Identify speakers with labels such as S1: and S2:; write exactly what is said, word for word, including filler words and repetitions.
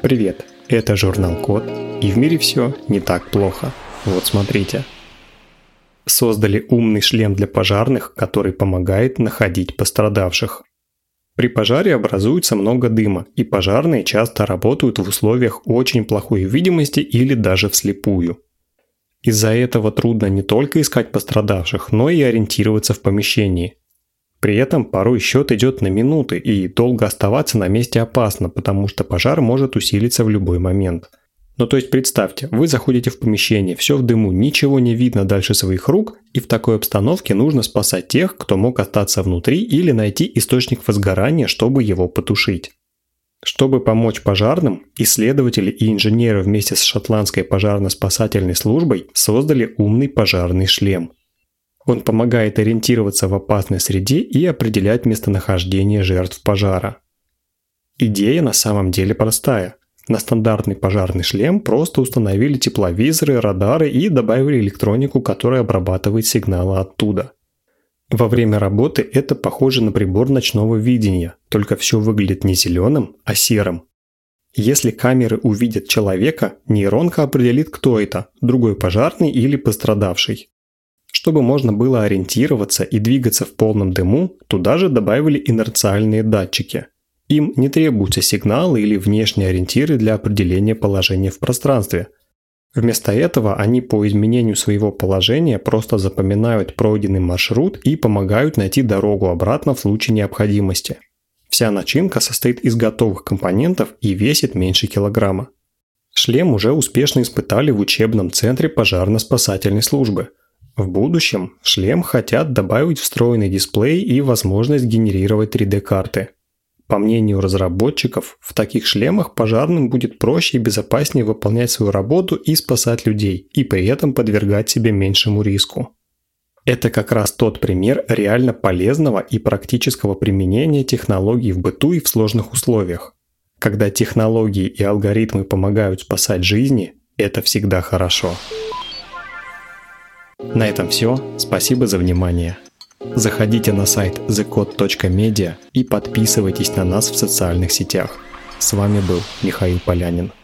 S1: Привет, это журнал Код, и в мире все не так плохо. Вот смотрите. Создали умный шлем для пожарных, который помогает находить пострадавших. При пожаре образуется много дыма, и пожарные часто работают в условиях очень плохой видимости или даже вслепую. Из-за этого трудно не только искать пострадавших, но и ориентироваться в помещении. При этом порой счет идет на минуты, и долго оставаться на месте опасно, потому что пожар может усилиться в любой момент. Ну то есть представьте, вы заходите в помещение, все в дыму, ничего не видно дальше своих рук, и в такой обстановке нужно спасать тех, кто мог остаться внутри, или найти источник возгорания, чтобы его потушить. Чтобы помочь пожарным, исследователи и инженеры вместе с шотландской пожарно-спасательной службой создали умный пожарный шлем. Он помогает ориентироваться в опасной среде и определять местонахождение жертв пожара. Идея на самом деле простая. На стандартный пожарный шлем просто установили тепловизоры, радары и добавили электронику, которая обрабатывает сигналы оттуда. Во время работы это похоже на прибор ночного видения, только все выглядит не зеленым, а серым. Если камеры увидят человека, нейронка определит, кто это – другой пожарный или пострадавший. Чтобы можно было ориентироваться и двигаться в полном дыму, туда же добавили инерциальные датчики. Им не требуются сигналы или внешние ориентиры для определения положения в пространстве. Вместо этого они по изменению своего положения просто запоминают пройденный маршрут и помогают найти дорогу обратно в случае необходимости. Вся начинка состоит из готовых компонентов и весит меньше килограмма. Шлем уже успешно испытали в учебном центре пожарно-спасательной службы. В будущем в шлем хотят добавить встроенный дисплей и возможность генерировать три дэ-карты. По мнению разработчиков, в таких шлемах пожарным будет проще и безопаснее выполнять свою работу и спасать людей, и при этом подвергать себя меньшему риску. Это как раз тот пример реально полезного и практического применения технологий в быту и в сложных условиях. Когда технологии и алгоритмы помогают спасать жизни, это всегда хорошо. На этом все. Спасибо за внимание. Заходите на сайт the code точка media и подписывайтесь на нас в социальных сетях. С вами был Михаил Полянин.